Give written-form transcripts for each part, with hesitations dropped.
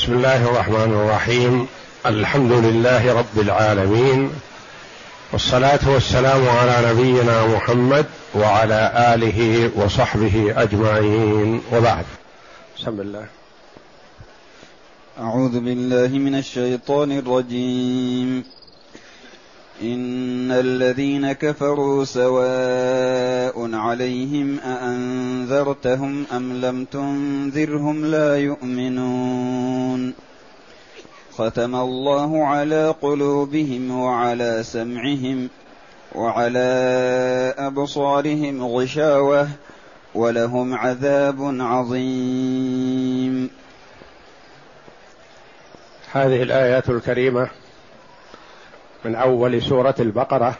بسم الله الرحمن الرحيم. الحمد لله رب العالمين، والصلاة والسلام على نبينا محمد وعلى آله وصحبه أجمعين، وبعد. بسم الله. أعوذ بالله من الشيطان الرجيم. إن الذين كفروا سواء عليهم أأنذرتهم أم لم تنذرهم لا يؤمنون. ختم الله على قلوبهم وعلى سمعهم وعلى أبصارهم غشاوة ولهم عذاب عظيم. هذه الآيات الكريمة من أول سورة البقرة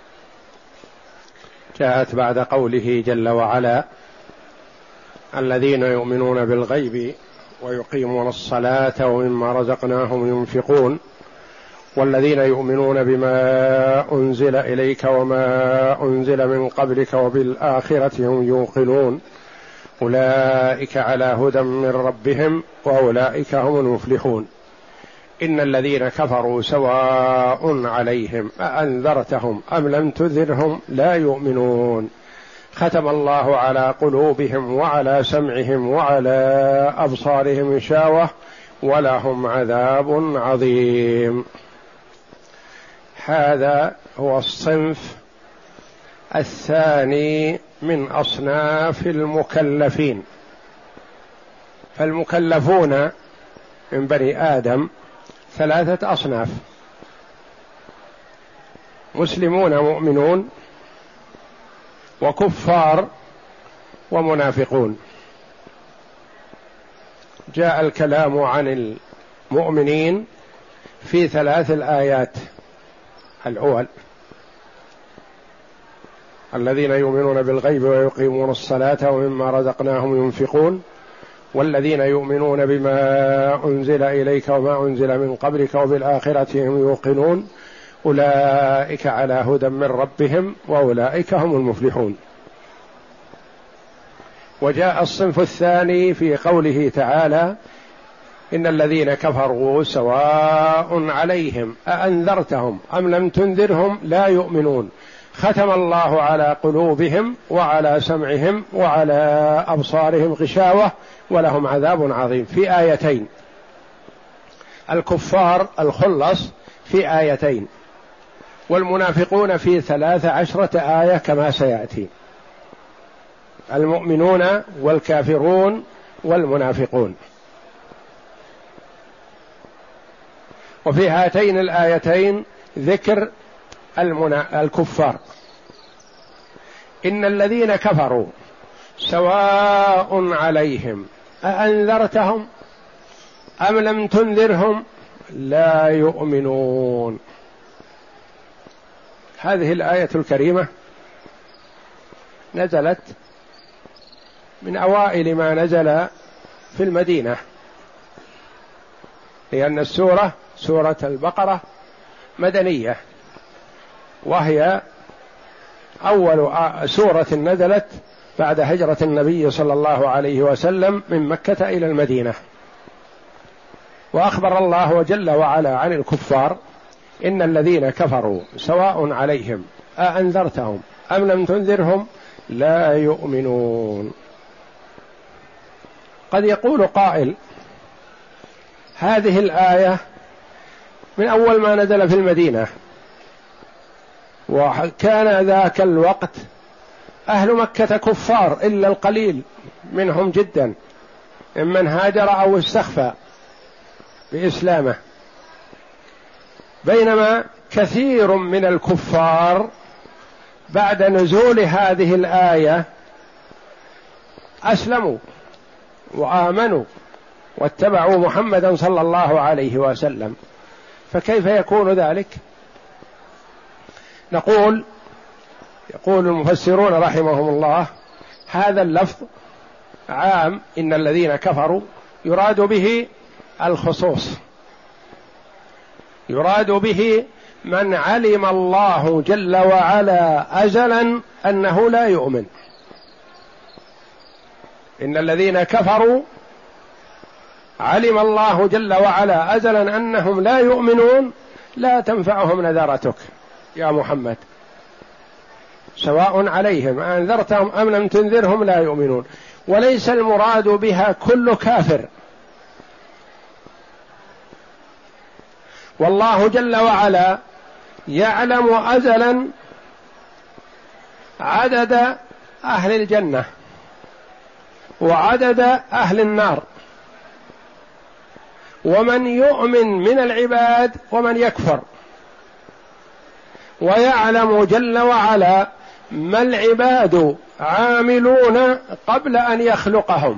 جاءت بعد قوله جل وعلا: الذين يؤمنون بالغيب ويقيمون الصلاة ومما رزقناهم ينفقون والذين يؤمنون بما أنزل إليك وما أنزل من قبلك وبالآخرة هم يوقنون أولئك على هدى من ربهم وأولئك هم المفلحون. إن الذين كفروا سواء عليهم أأنذرتهم أم لم تنذرهم لا يؤمنون. ختم الله على قلوبهم وعلى سمعهم وعلى أبصارهم غشاوة ولهم عذاب عظيم. هذا هو الصنف الثاني من أصناف المكلفين. فالمكلفون من بني آدم ثلاثة أصناف: مسلمون مؤمنون، وكفار، ومنافقون. جاء الكلام عن المؤمنين في ثلاث الآيات الأول: الذين يؤمنون بالغيب ويقيمون الصلاة ومما رزقناهم ينفقون والذين يؤمنون بما أنزل إليك وما أنزل من قبلك وبالآخرة هم يوقنون أولئك على هدى من ربهم وأولئك هم المفلحون. وجاء الصنف الثاني في قوله تعالى: إن الذين كفروا سواء عليهم أأنذرتهم أم لم تنذرهم لا يؤمنون. ختم الله على قلوبهم وعلى سمعهم وعلى أبصارهم غشاوة ولهم عذاب عظيم، في آيتين. الكفار الخلص في آيتين، والمنافقون في 13 آية كما سيأتي: المؤمنون والكافرون والمنافقون. وفي هاتين الآيتين ذكر الكفار. إن الذين كفروا سواء عليهم أأنذرتهم أم لم تنذرهم لا يؤمنون. هذه الآية الكريمة نزلت من أوائل ما نزل في المدينة، لأن السورة سورة البقرة مدنية، وهي أول سورة نزلت بعد هجرة النبي صلى الله عليه وسلم من مكة إلى المدينة. وأخبر الله جل وعلا عن الكفار: إن الذين كفروا سواء عليهم أأنذرتهم أم لم تنذرهم لا يؤمنون. قد يقول قائل: هذه الآية من أول ما نزل في المدينة، وكان ذاك الوقت أهل مكة كفار إلا القليل منهم جدا ممن هاجر أو استخفى بإسلامه، بينما كثير من الكفار بعد نزول هذه الآية أسلموا وآمنوا واتبعوا محمدا صلى الله عليه وسلم. فكيف يكون ذلك؟ يقول المفسرون رحمهم الله: هذا اللفظ عام، إن الذين كفروا يراد به الخصوص، يراد به من علم الله جل وعلا أزلا أنه لا يؤمن. إن الذين كفروا علم الله جل وعلا أزلا أنهم لا يؤمنون لا تنفعهم نذرتك يا محمد، سواء عليهم أنذرتهم أم لم تنذرهم لا يؤمنون. وليس المراد بها كل كافر، والله جل وعلا يعلم أزلا عدد أهل الجنة وعدد أهل النار، ومن يؤمن من العباد ومن يكفر، ويعلم جل وعلا ما العباد عاملون قبل أن يخلقهم.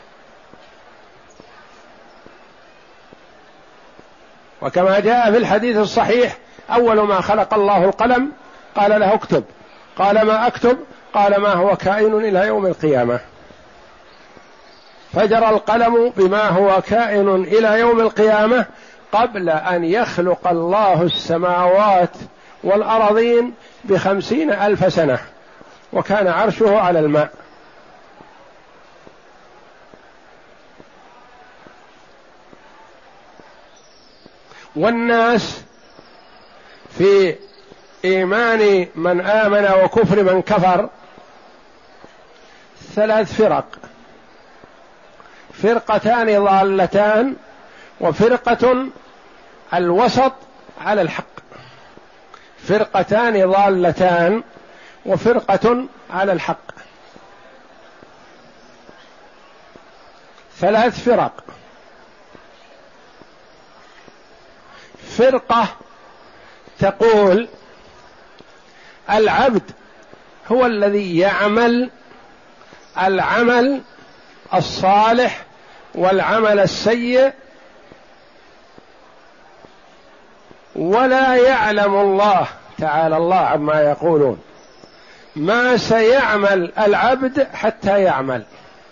وكما جاء في الحديث الصحيح أول ما خلق الله القلم قال له اكتب، قال ما أكتب؟ قال ما هو كائن إلى يوم القيامة، فجرى القلم بما هو كائن إلى يوم القيامة قبل أن يخلق الله السماوات والأراضين ب50,000 سنة، وكان عرشه على الماء. والناس في إيمان من آمن وكفر من كفر 3 فرق: فرقتان ضالتان، وفرقة الوسط على الحق. فرقتان ضالتان وفرقة على الحق، 3 فرق. فرقة تقول العبد هو الذي يعمل العمل الصالح والعمل السيء، ولا يعلم الله تعالى الله عما يقولون ما سيعمل العبد حتى يعمل.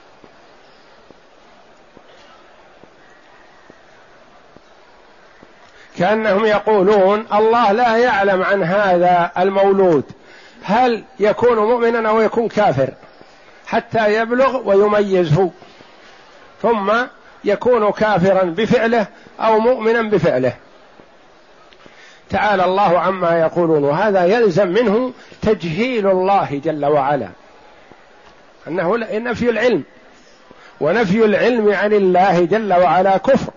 كأنهم يقولون الله لا يعلم عن هذا المولود هل يكون مؤمنا أو يكون كافر حتى يبلغ ويميزه، ثم يكون كافرا بفعله أو مؤمنا بفعله. تعالى الله عما يقولون، وهذا يلزم منه تجهيل الله جل وعلا، أنه نفي العلم، ونفي العلم عن الله جل وعلا كفر.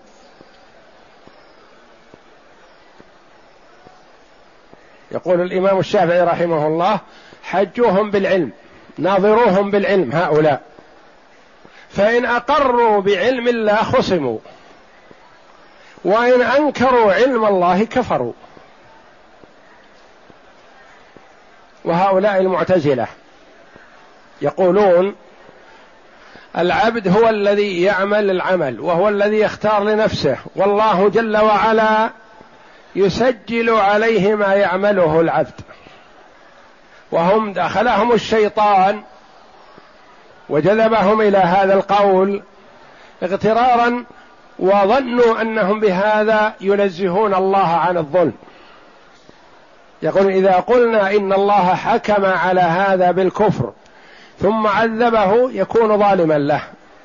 يقول الإمام الشافعي رحمه الله: حجوهم بالعلم، ناظروهم بالعلم هؤلاء، فإن أقروا بعلم الله خصموا، وإن أنكروا علم الله كفروا. وهؤلاء المعتزلة يقولون العبد هو الذي يعمل العمل وهو الذي يختار لنفسه، والله جل وعلا يسجل عليه ما يعمله العبد. وهم دخلهم الشيطان وجذبهم إلى هذا القول اغترارا، وظنوا أنهم بهذا ينزهون الله عن الظلم. يقول إذا قلنا إن الله حكم على هذا بالكفر ثم عذبه يكون ظالما له،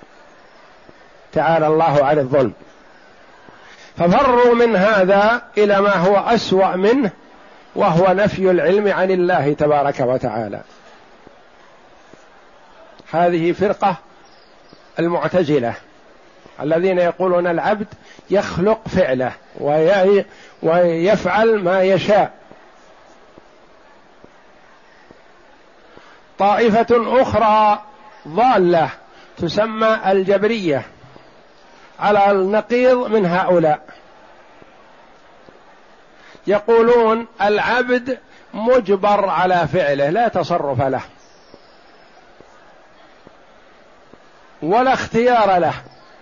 تعالى الله عن الظلم. ففروا من هذا إلى ما هو أسوأ منه، وهو نفي العلم عن الله تبارك وتعالى. هذه فرقة المعتزلة الذين يقولون العبد يخلق فعله ويفعل ما يشاء. طائفة أخرى ضالة تسمى الجبرية على النقيض من هؤلاء، يقولون العبد مجبر على فعله لا تصرف له ولا اختيار له،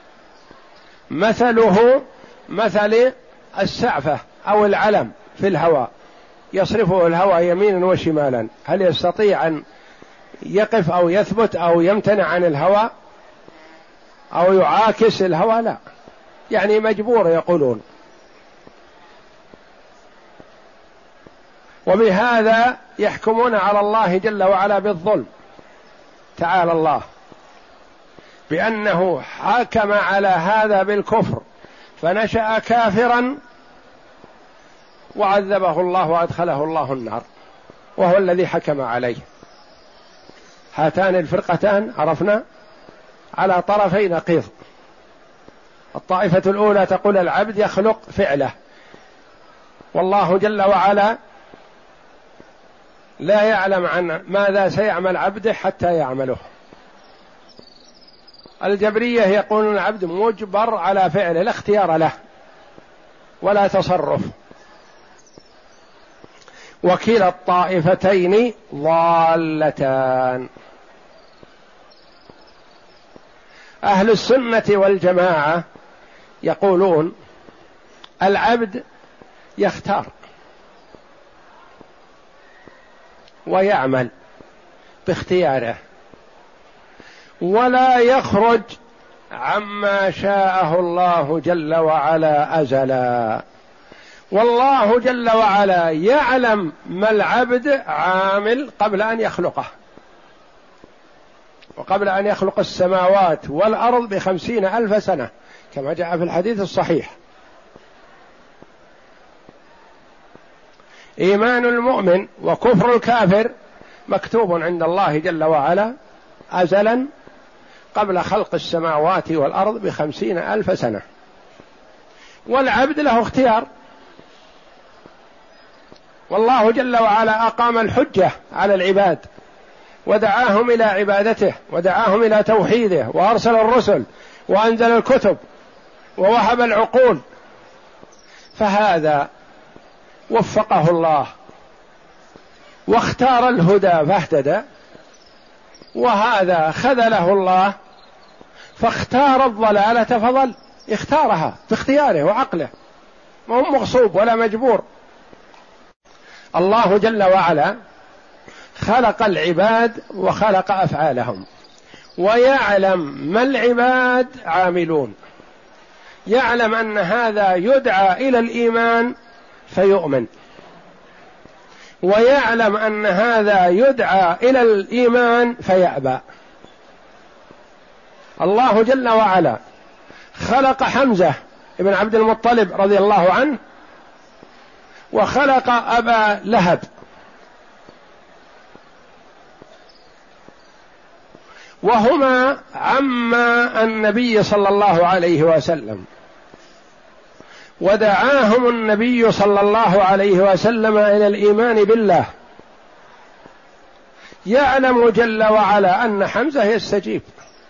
مثله مثل السعفة أو العلم في الهواء، يصرفه الهواء يمينا وشمالا، هل يستطيع أن يقف أو يثبت أو يمتنع عن الهواء أو يعاكس الهواء؟ لا، يعني مجبور يقولون. وبهذا يحكمون على الله جل وعلا بالظلم، تعالى الله. بأنه حكم على هذا بالكفر فنشأ كافرا وعذبه الله وأدخله الله النار، وهو الذي حكم عليه. هاتان الفرقتان عرفنا على طرفي نقيض. الطائفة الأولى تقول العبد يخلق فعله، والله جل وعلا لا يعلم عن ماذا سيعمل عبده حتى يعمله. الجبرية يقولون العبد مجبر على فعله، لا اختيار له ولا تصرف. وكلا الطائفتين ضالتان. أهل السنة والجماعة يقولون العبد يختار ويعمل باختياره ولا يخرج عما شاءه الله جل وعلا أزلا، والله جل وعلا يعلم ما العبد عامل قبل أن يخلقه، وقبل أن يخلق السماوات والأرض ب50,000 سنة كما جاء في الحديث الصحيح. إيمان المؤمن وكفر الكافر مكتوب عند الله جل وعلا أزلا قبل خلق السماوات والأرض ب50,000 سنة، والعبد له اختيار. والله جل وعلا أقام الحجة على العباد ودعاهم إلى عبادته ودعاهم إلى توحيده وأرسل الرسل وأنزل الكتب ووهب العقول، فهذا وفقه الله واختار الهدى فاهتدى، وهذا خذله الله فاختار الضلالة فضل، اختارها باختياره وعقله، ما هو مغصوب ولا مجبور. الله جل وعلا خلق العباد وخلق أفعالهم ويعلم ما العباد عاملون، يعلم أن هذا يدعى إلى الإيمان فيؤمن، ويعلم أن هذا يدعى إلى الإيمان فيأبى. الله جل وعلا خلق حمزة ابن عبد المطلب رضي الله عنه وخلق أبا لهب، وهما عما النبي صلى الله عليه وسلم، ودعاهم النبي صلى الله عليه وسلم إلى الإيمان بالله، يعلم جل وعلا أن حمزة يستجيب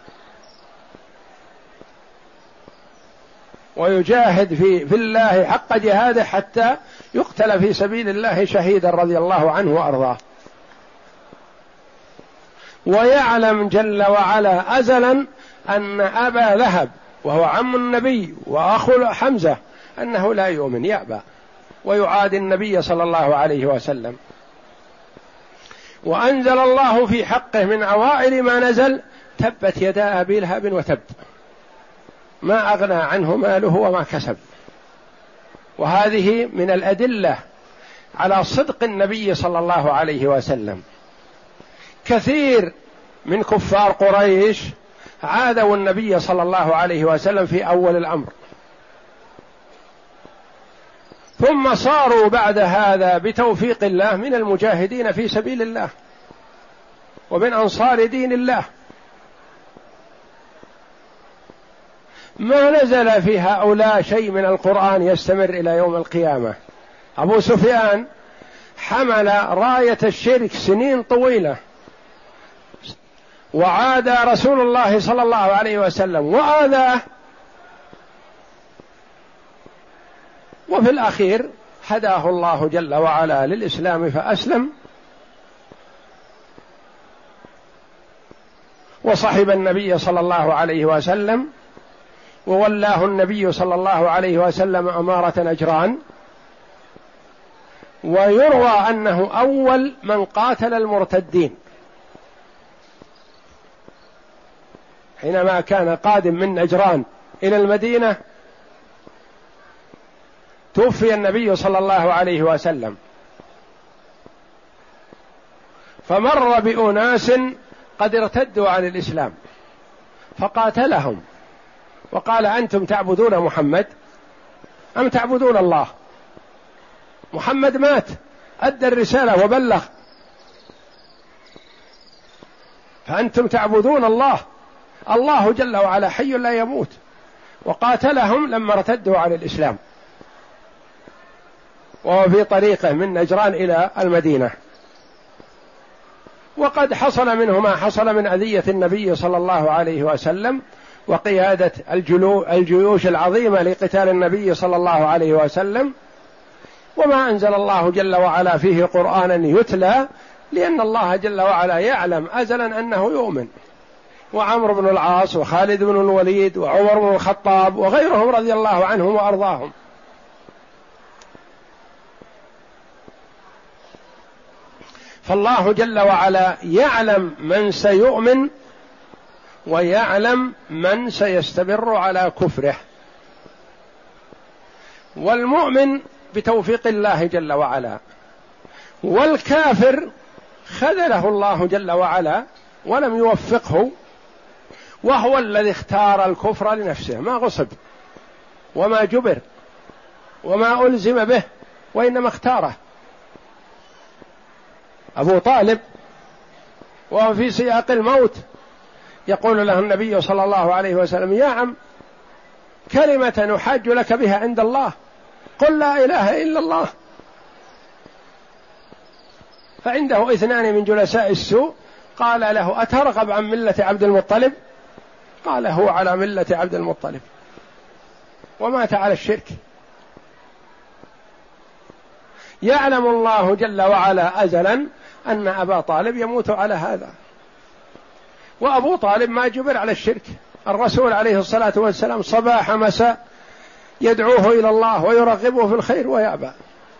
ويجاهد في الله حق جهاده حتى يقتل في سبيل الله شهيدا رضي الله عنه وأرضاه، ويعلم جل وعلا أزلا أن أبا لهب وهو عم النبي وأخو حمزة أنه لا يؤمن، يأبى ويعادي النبي صلى الله عليه وسلم. وأنزل الله في حقه من أوائل ما نزل تبت يدا أبي لهب وتب، ما أغنى عنه ماله وما كسب. وهذه من الأدلة على صدق النبي صلى الله عليه وسلم. كثير من كفار قريش عادوا النبي صلى الله عليه وسلم في أول الأمر، ثم صاروا بعد هذا بتوفيق الله من المجاهدين في سبيل الله ومن أنصار دين الله. ما نزل في هؤلاء شيء من القرآن يستمر إلى يوم القيامة. أبو سفيان حمل راية الشرك سنين طويلة، وعاد رسول الله صلى الله عليه وسلم وآذاه، وفي الأخير هداه الله جل وعلا للإسلام فأسلم، وصحب النبي صلى الله عليه وسلم، وولاه النبي صلى الله عليه وسلم أمارة نجران. ويروى أنه أول من قاتل المرتدين حينما كان قادم من نجران إلى المدينة، توفي النبي صلى الله عليه وسلم، فمر بأناس قد ارتدوا عن الإسلام فقاتلهم وقال أنتم تعبدون محمد أم تعبدون الله؟ محمد مات، أدى الرسالة وبلغ، فأنتم تعبدون الله، الله جل وعلا حي لا يموت. وقاتلهم لما ارتدوا عن الإسلام وهو في طريقه من نجران إلى المدينة. وقد حصل منه ما حصل من أذية النبي صلى الله عليه وسلم وقيادة الجيوش العظيمة لقتال النبي صلى الله عليه وسلم، وما أنزل الله جل وعلا فيه قرآنا يتلى، لأن الله جل وعلا يعلم أزلا أنه يؤمن. وعمرو بن العاص وخالد بن الوليد وعمر بن الخطاب وغيرهم رضي الله عنهم وأرضاهم. فالله جل وعلا يعلم من سيؤمن ويعلم من سيستمر على كفره، والمؤمن بتوفيق الله جل وعلا، والكافر خذله الله جل وعلا ولم يوفقه، وهو الذي اختار الكفر لنفسه، ما غصب وما جبر وما ألزم به، وإنما اختاره. أبو طالب وهو في سياق الموت يقول له النبي صلى الله عليه وسلم: يا عم، كلمة نحاج لك بها عند الله، قل لا إله إلا الله. فعنده اثنان من جلساء السوء قال له: أترغب عن ملة عبد المطلب؟ قال: هو على ملة عبد المطلب، ومات على الشرك. يعلم الله جل وعلا أزلا أن أبا طالب يموت على هذا، وأبو طالب ما جبر على الشرك. الرسول عليه الصلاة والسلام صباح مساء يدعوه إلى الله ويرغبه في الخير ويأبى،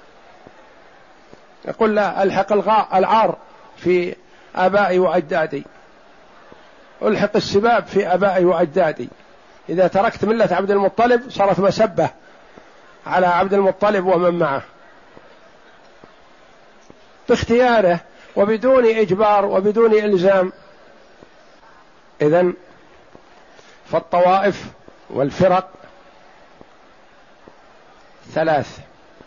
يقول: لا ألحق العار في آبائي وأجدادي، ألحق السباب في آبائي وأجدادي. إذا تركت ملة عبد المطلب صارت مسبة على عبد المطلب ومن معه، باختياره وبدون إجبار وبدون إلزام. إذن فالطوائف والفرق ثلاث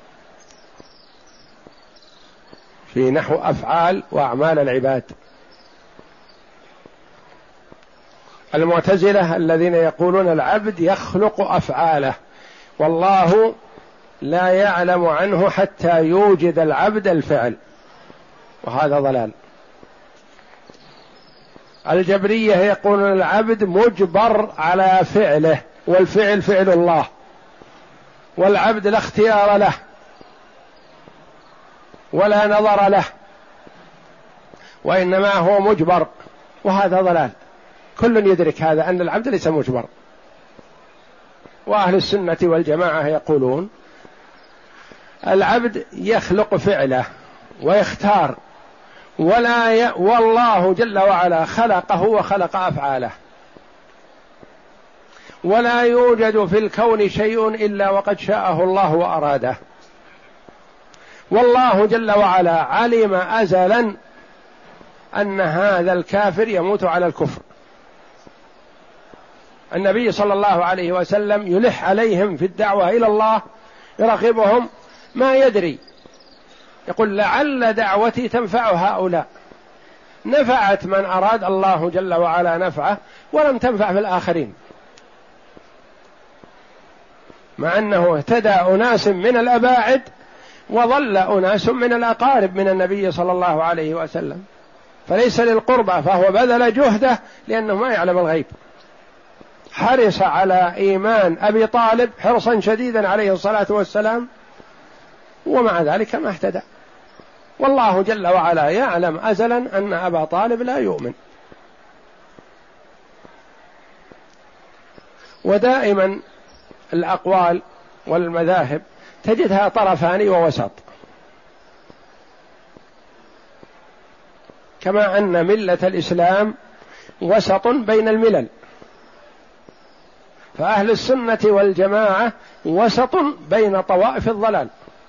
في نحو أفعال وأعمال العباد. المعتزلة الذين يقولون العبد يخلق أفعاله والله لا يعلم عنه حتى يوجد العبد الفعل، وهذا ضلال. الجبرية يقولون العبد مجبر على فعله، والفعل فعل الله، والعبد لا اختيار له ولا نظر له، وإنما هو مجبر، وهذا ضلال. كل يدرك هذا أن العبد ليس مجبر. وأهل السنة والجماعة يقولون العبد يخلق فعله ويختار، والله جل وعلا خلقه وخلق أفعاله، ولا يوجد في الكون شيء إلا وقد شاءه الله وأراده. والله جل وعلا علم أزلا أن هذا الكافر يموت على الكفر. النبي صلى الله عليه وسلم يلح عليهم في الدعوة إلى الله، يرغبهم، ما يدري، يقول: لعل دعوتي تنفع هؤلاء. نفعت من أراد الله جل وعلا نفعه، ولم تنفع في الآخرين، مع أنه اهتدى أناس من الأباعد وضل أناس من الأقارب من النبي صلى الله عليه وسلم. فليس للقربى، فهو بذل جهده لأنه ما يعلم الغيب، حرص على إيمان أبي طالب حرصا شديدا عليه الصلاة والسلام، ومع ذلك ما اهتدى. والله جل وعلا يعلم أزلا أن أبا طالب لا يؤمن. ودائما الأقوال والمذاهب تجدها طرفان ووسط، كما أن ملة الإسلام وسط بين الملل، فأهل السنة والجماعة وسط بين طوائف الضلال.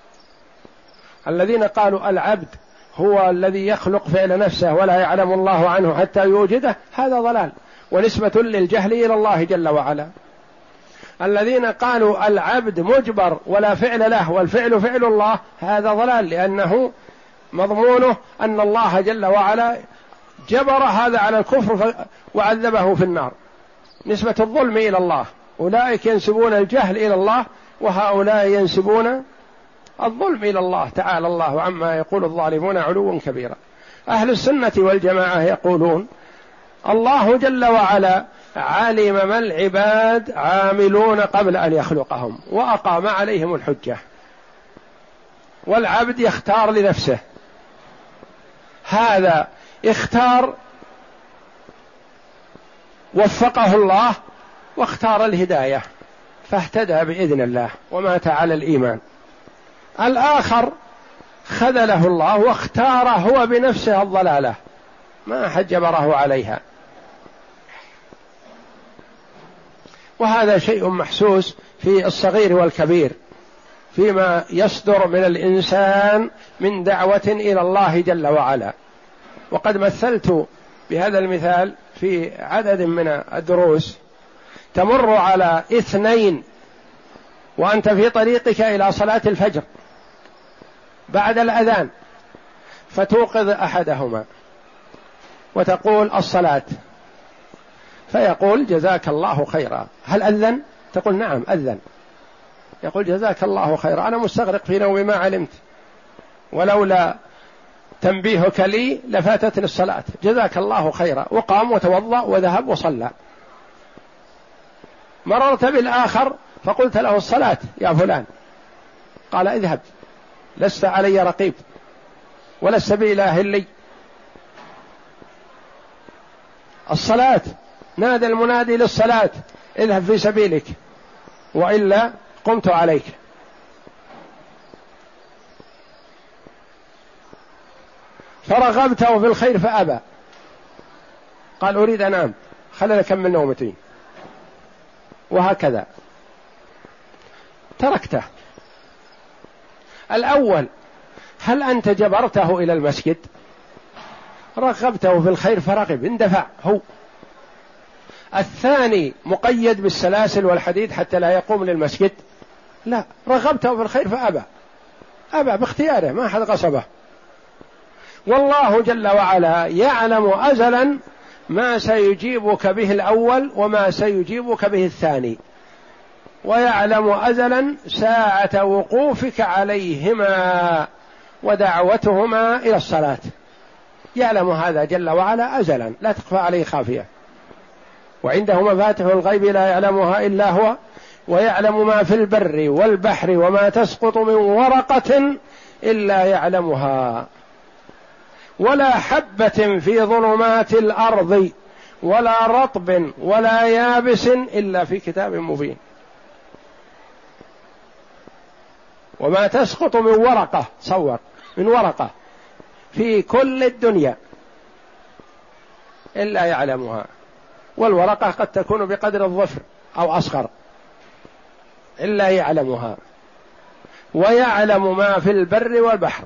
الذين قالوا العبد هو الذي يخلق فعل نفسه ولا يعلم الله عنه حتى يوجده، هذا ضلال. ونسبة للجهل إلى الله جل وعلا. الذين قالوا العبد مجبر ولا فعل له والفعل فعل الله، هذا ضلال، لأنه مضمونه أن الله جل وعلا جبر هذا على الكفر وعذبه في النار، نسبة الظلم إلى الله. أولئك ينسبون الجهل إلى الله، وهؤلاء ينسبون الظلم إلى الله، تعالى الله عما يقول الظالمون علوا كبيرا. أهل السنة والجماعة يقولون الله جل وعلا علم ما العباد عاملون قبل أن يخلقهم وأقام عليهم الحجة، والعبد يختار لنفسه، هذا اختار وفقه الله واختار الهداية فاهتدى بإذن الله ومات على الإيمان. الآخر خذله الله واختار هو بنفسه الضلالة، ما أحد جبره عليها. وهذا شيء محسوس في الصغير والكبير فيما يصدر من الإنسان من دعوة إلى الله جل وعلا. وقد مثلت بهذا المثال في عدد من الدروس. تمر على اثنين وأنت في طريقك إلى صلاة الفجر بعد الأذان، فتوقظ أحدهما وتقول الصلاة، فيقول جزاك الله خيرا، هل أذن؟ تقول نعم أذن. يقول جزاك الله خيرا، أنا مستغرق في نومي ما علمت، ولولا تنبيهك لي لفاتتني الصلاة، جزاك الله خيرا. وقام وتوضأ وذهب وصلى. مررت بالآخر فقلت له الصلاة يا فلان، قال اذهب لست علي رقيب ولست بإله لي. الصلاة، نادى المنادي للصلاة، اذهب في سبيلك وإلا قمت عليك. فرغبته في الخير فأبى، قال أريد أنام، خلنا أكمل نومتي، وهكذا تركته. الأول هل أنت جبرته إلى المسجد؟ رغبته في الخير فرغب، اندفع هو. الثاني مقيد بالسلاسل والحديد حتى لا يقوم للمسجد؟ لا، رغبته في الخير فأبى، أبى باختياره، ما أحد غصبه. والله جل وعلا يعلم أزلا ما سيجيبك به الأول وما سيجيبك به الثاني، ويعلم أزلا ساعة وقوفك عليهما ودعوتهما إلى الصلاة، يعلم هذا جل وعلا أزلا، لا تخفى عليه خافية. وعنده مفاتح الغيب لا يعلمها إلا هو، ويعلم ما في البر والبحر وما تسقط من ورقة إلا يعلمها، ولا حبة في ظلمات الأرض ولا رطب ولا يابس إلا في كتاب مبين. وما تسقط من ورقة، صور من ورقة في كل الدنيا إلا يعلمها، والورقة قد تكون بقدر الظفر أو أصغر إلا يعلمها، ويعلم ما في البر والبحر.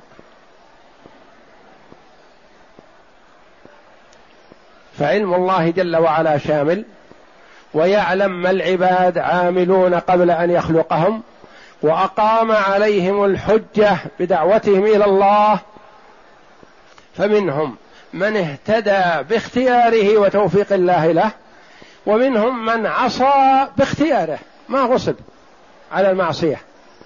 فعلم الله جل وعلا شامل، ويعلم ما العباد عاملون قبل أن يخلقهم، وأقام عليهم الحجة بدعوتهم إلى الله. فمنهم من اهتدى باختياره وتوفيق الله له، ومنهم من عصى باختياره ما غصب على المعصية.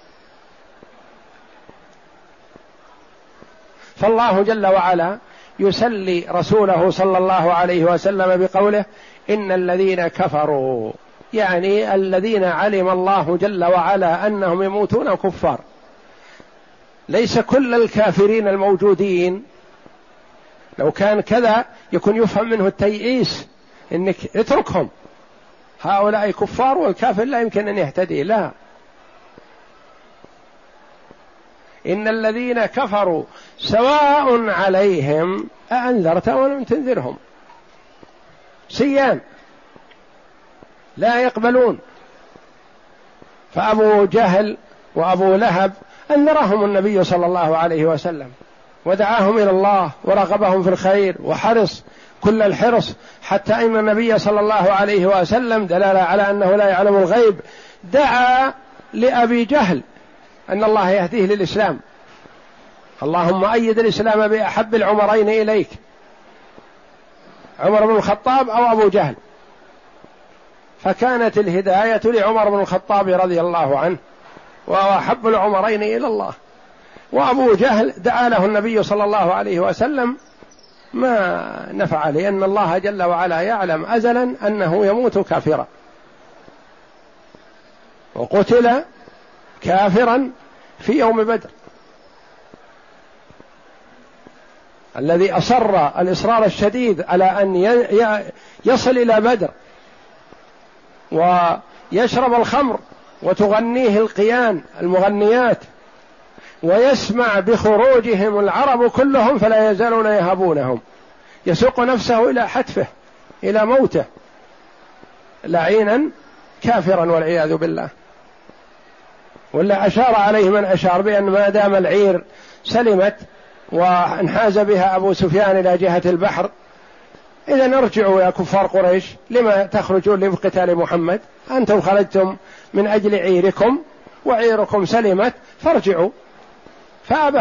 فالله جل وعلا يسلي رسوله صلى الله عليه وسلم بقوله إن الذين كفروا، يعني الذين علم الله جل وعلا أنهم يموتون كفار. ليس كل الكافرين الموجودين، لو كان كذا يكون يفهم منه التيئيس، إنك اتركهم، هؤلاء كفار والكافر لا يمكن أن يهتدي، لا. إن الذين كفروا سواء عليهم أأنذرتهم ولم تنذرهم، سيان لا يقبلون. فأبو جهل وأبو لهب أنذرهم النبي صلى الله عليه وسلم ودعاهم إلى الله ورغبهم في الخير وحرص، كل الحرص، حتى إن النبي صلى الله عليه وسلم دلالة على أنه لا يعلم الغيب دعا لأبي جهل أن الله يهديه للإسلام، اللهم أيد الإسلام بأحب العمرين إليك، عمر بن الخطاب أو أبو جهل، فكانت الهداية لعمر بن الخطاب رضي الله عنه وهو أحب العمرين إلى الله، وأبو جهل دعا له النبي صلى الله عليه وسلم ما نفع، لأن الله جل وعلا يعلم أزلا أنه يموت كافرا، وقتل كافرا في يوم بدر. الذي أصر الإصرار الشديد على أن يصل إلى بدر ويشرب الخمر وتغنيه القيان المغنيات ويسمع بخروجهم العرب كلهم فلا يزالون يهابونهم، يسوق نفسه إلى حتفه إلى موته لعينا كافرا والعياذ بالله. ولا أشار عليه من أشار بأن ما دام العير سلمت وانحاز بها أبو سفيان إلى جهة البحر، إذا ارجعوا يا كفار قريش، لما تخرجون لقتال محمد؟ أنتم خرجتم من أجل عيركم وعيركم سلمت فارجعوا. فأبى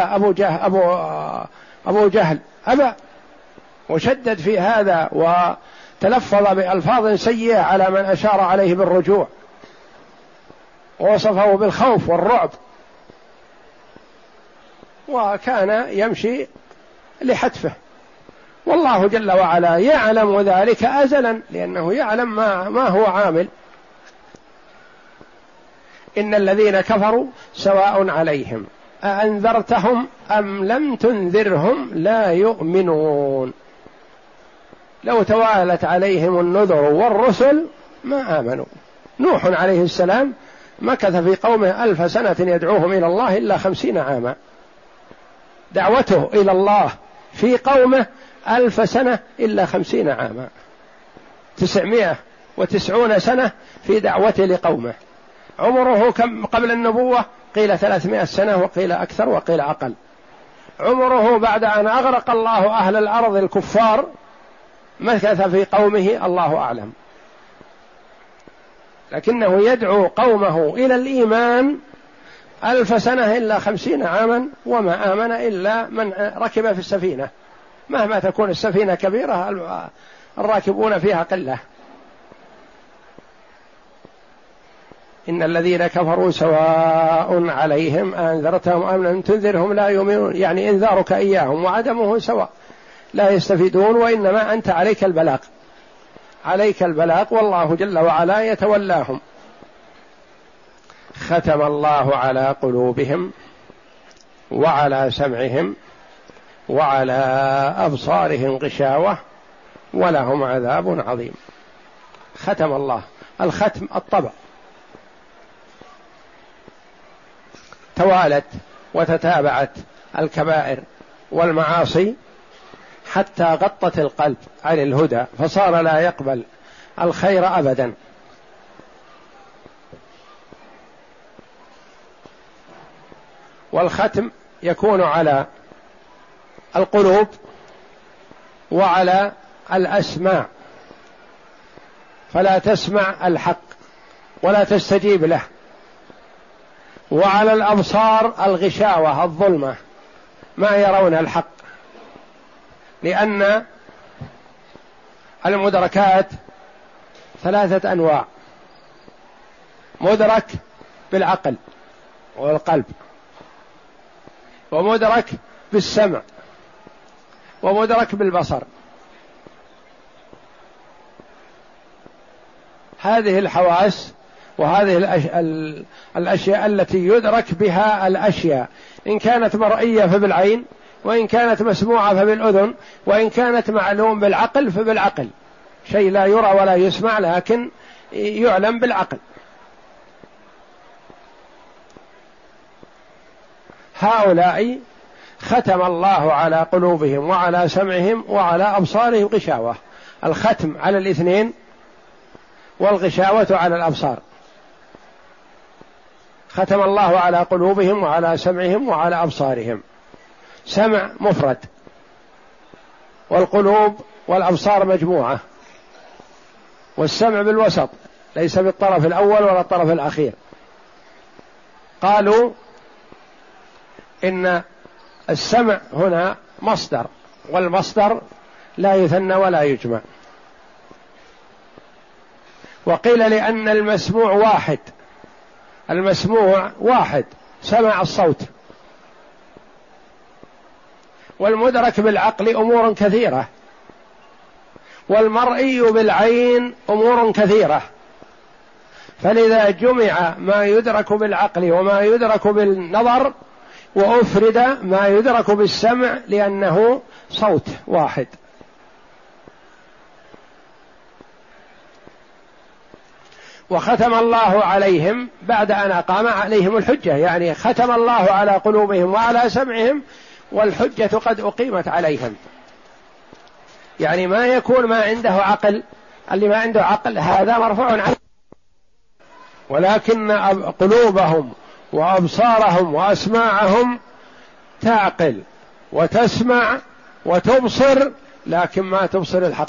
أبو جهل أبى، وشدد في هذا وتلفظ بألفاظ سيئة على من أشار عليه بالرجوع، ووصفه بالخوف والرعب، وكان يمشي لحتفه، والله جل وعلا يعلم ذلك أزلا لأنه يعلم ما هو عامل. إن الذين كفروا سواء عليهم أأنذرتهم أم لم تنذرهم لا يؤمنون. لو توالت عليهم النذر والرسل ما آمنوا. نوح عليه السلام مكث في قومه 1000 سنة يدعوهم إلى الله إلا 50 عاما، دعوته إلى الله في قومه 1000 سنة إلا 50 عاما، 990 سنة في دعوته لقومه. عمره كم قبل النبوة؟ قيل 300 سنة وقيل أكثر وقيل أقل. عمره بعد أن أغرق الله أهل الأرض الكفار مكث في قومه الله أعلم، لكنه يدعو قومه إلى الإيمان 1000 سنة إلا 50 عاما، وما آمن إلا من ركب في السفينة، مهما تكون السفينة كبيرة الراكبون فيها قلة. إن الذين كفروا سواء عليهم أنذرتهم أم لم تنذرهم لا يؤمنون، يعني إنذارك إياهم وعدمه سواء، لا يستفيدون، وإنما أنت عليك البلاغ، عليك البلاغ، والله جل وعلا يتولاهم. ختم الله على قلوبهم وعلى سمعهم وعلى أبصارهم غشاوة ولهم عذاب عظيم. ختم الله، الختم الطبع، توالت وتتابعت الكبائر والمعاصي حتى غطت القلب عن الهدى، فصار لا يقبل الخير أبدا. والختم يكون على القلوب وعلى الأسماع، فلا تسمع الحق ولا تستجيب له، وعلى الأبصار الغشاوة الظلمة ما يرون الحق، لأن المدركات 3 أنواع: مدرك بالعقل والقلب، ومدرك بالسمع، ومدرك بالبصر. هذه الحواس وهذه الأشياء التي يدرك بها الأشياء، إن كانت مرئية فبالعين، وإن كانت مسموعة فبالأذن، وإن كانت معلوم بالعقل فبالعقل، شيء لا يرى ولا يسمع لكن يعلم بالعقل. هؤلاء ختم الله على قلوبهم وعلى سمعهم وعلى أبصارهم غشاوة، الختم على الاثنين والغشاوة على الأبصار. ختم الله على قلوبهم وعلى سمعهم وعلى أبصارهم، سمع مفرد، والقلوب والأبصار مجموعة، والسمع بالوسط ليس بالطرف الأول ولا الطرف الأخير. قالوا إن السمع هنا مصدر، والمصدر لا يثنى ولا يجمع. وقيل لأن المسموع واحد، المسموع واحد سمع الصوت، والمدرك بالعقل أمور كثيرة، والمرئي بالعين أمور كثيرة، فلذا جمع ما يدرك بالعقل وما يدرك بالنظر، وأفرد ما يدرك بالسمع لأنه صوت واحد. وختم الله عليهم بعد أن أقام عليهم الحجة، يعني ختم الله على قلوبهم وعلى سمعهم والحجة قد أقيمت عليهم. يعني ما يكون ما عنده عقل، اللي ما عنده عقل هذا مرفوع عنه، ولكن قلوبهم وأبصارهم وأسماعهم تعقل وتسمع وتبصر، لكن ما تبصر الحق،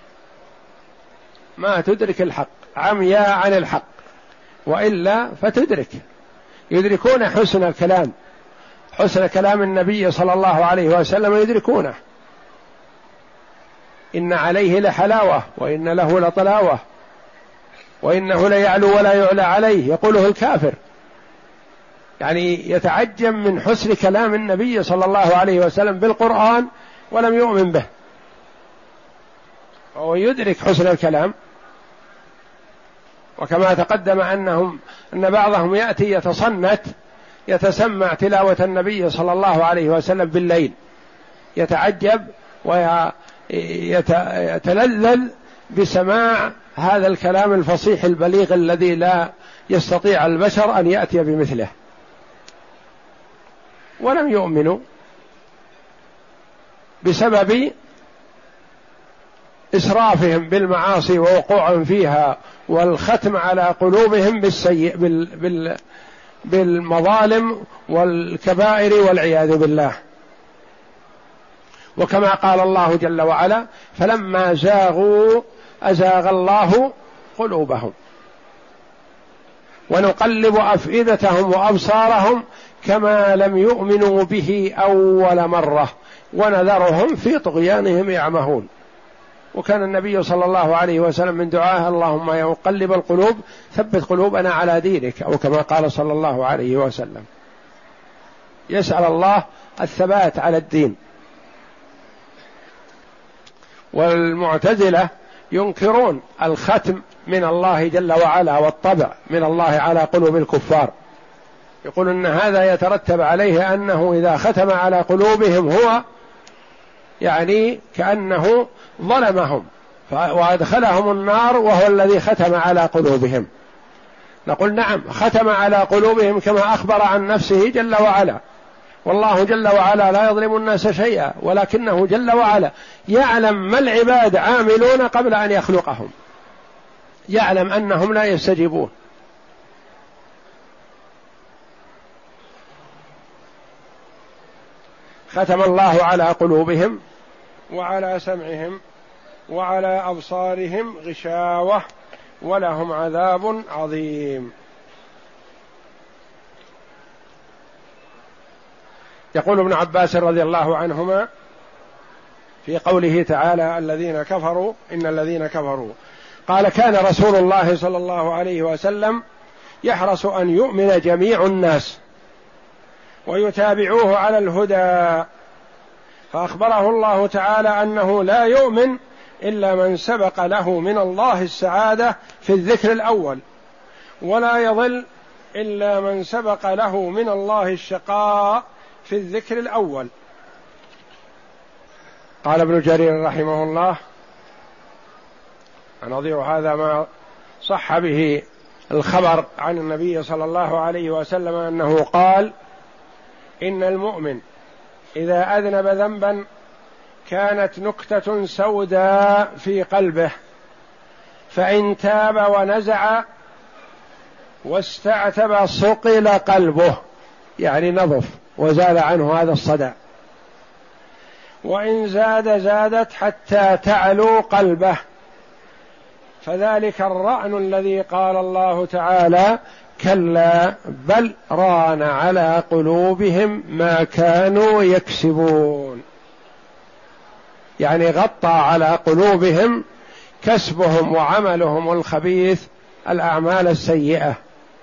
ما تدرك الحق، عمياء عن الحق، وإلا فتدرك، يدركون حسن الكلام، حسن كلام النبي صلى الله عليه وسلم يدركونه، إن عليه لحلاوة وإن له لطلاوة وإنه ليعلو ولا يعلى عليه، يقوله الكافر. يعني يتعجب من حسن كلام النبي صلى الله عليه وسلم بالقرآن ولم يؤمن به، وهو يدرك حسن الكلام. وكما تقدم أن بعضهم يأتي يتصنت يتسمع تلاوة النبي صلى الله عليه وسلم بالليل، يتعجب ويتلذذ بسماع هذا الكلام الفصيح البليغ الذي لا يستطيع البشر أن يأتي بمثله، ولم يؤمنوا بسبب إسرافهم بالمعاصي ووقوعهم فيها، والختم على قلوبهم بالمظالم والكبائر والعياذ بالله. وكما قال الله جل وعلا: فلما زاغوا أزاغ الله قلوبهم ونقلب أفئدتهم وأبصارهم كما لم يؤمنوا به أول مرة ونذرهم في طغيانهم يعمهون. وكان النبي صلى الله عليه وسلم من دعاه: اللهم يا مقلب القلوب ثبت قلوبنا على دينك، أو كما قال صلى الله عليه وسلم، يسأل الله الثبات على الدين. والمعتزلة ينكرون الختم من الله جل وعلا والطبع من الله على قلوب الكفار، يقول إن هذا يترتب عليه أنه إذا ختم على قلوبهم هو يعني كأنه ظلمهم وأدخلهم النار وهو الذي ختم على قلوبهم. نقول نعم، ختم على قلوبهم كما أخبر عن نفسه جل وعلا، والله جل وعلا لا يظلم الناس شيئا، ولكنه جل وعلا يعلم ما العباد عاملون قبل أن يخلقهم، يعلم أنهم لا يستجيبون. ختم الله على قلوبهم وعلى سمعهم وعلى أبصارهم غشاوة ولهم عذاب عظيم. يقول ابن عباس رضي الله عنهما في قوله تعالى: الذين كفروا إن الذين كفروا، قال: كان رسول الله صلى الله عليه وسلم يحرص أن يؤمن جميع الناس ويتابعوه على الهدى، فأخبره الله تعالى أنه لا يؤمن إلا من سبق له من الله السعادة في الذكر الأول، ولا يضل إلا من سبق له من الله الشقاء في الذكر الأول. قال ابن جرير رحمه الله: نظير هذا ما صح به الخبر عن النبي صلى الله عليه وسلم أنه قال: إن المؤمن إذا أذنب ذنبا كانت نكتة سوداء في قلبه، فإن تاب ونزع واستعتب صقل قلبه، يعني نظف وزال عنه هذا الصدع. وإن زادت حتى تعلو قلبه، فذلك الرأن الذي قال الله تعالى كلا بل ران على قلوبهم ما كانوا يكسبون، يعني غطى على قلوبهم كسبهم وعملهم الخبيث، الأعمال السيئة.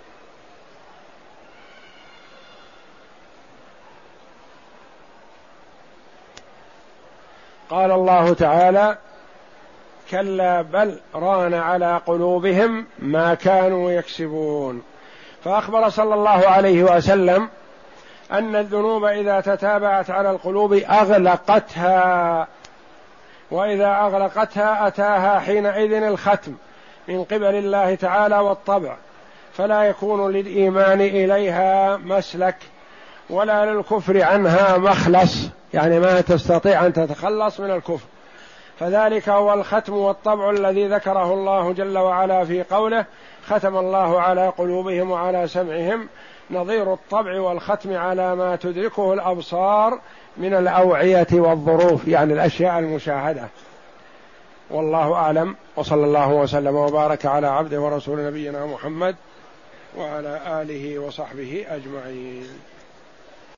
قال الله تعالى كلا بل ران على قلوبهم ما كانوا يكسبون. فأخبر صلى الله عليه وسلم أن الذنوب إذا تتابعت على القلوب أغلقتها، وإذا أغلقتها أتاها حينئذ الختم من قبل الله تعالى والطبع، فلا يكون للإيمان إليها مسلك ولا للكفر عنها مخلص، يعني ما تستطيع أن تتخلص من الكفر. فذلك هو الختم والطبع الذي ذكره الله جل وعلا في قوله ختم الله على قلوبهم وعلى سمعهم، نظير الطبع والختم على ما تدركه الأبصار من الأوعية والظروف، يعني الأشياء المشاهدة. والله أعلم، وصلى الله وسلم وبارك على عبده ورسول نبينا محمد وعلى آله وصحبه أجمعين.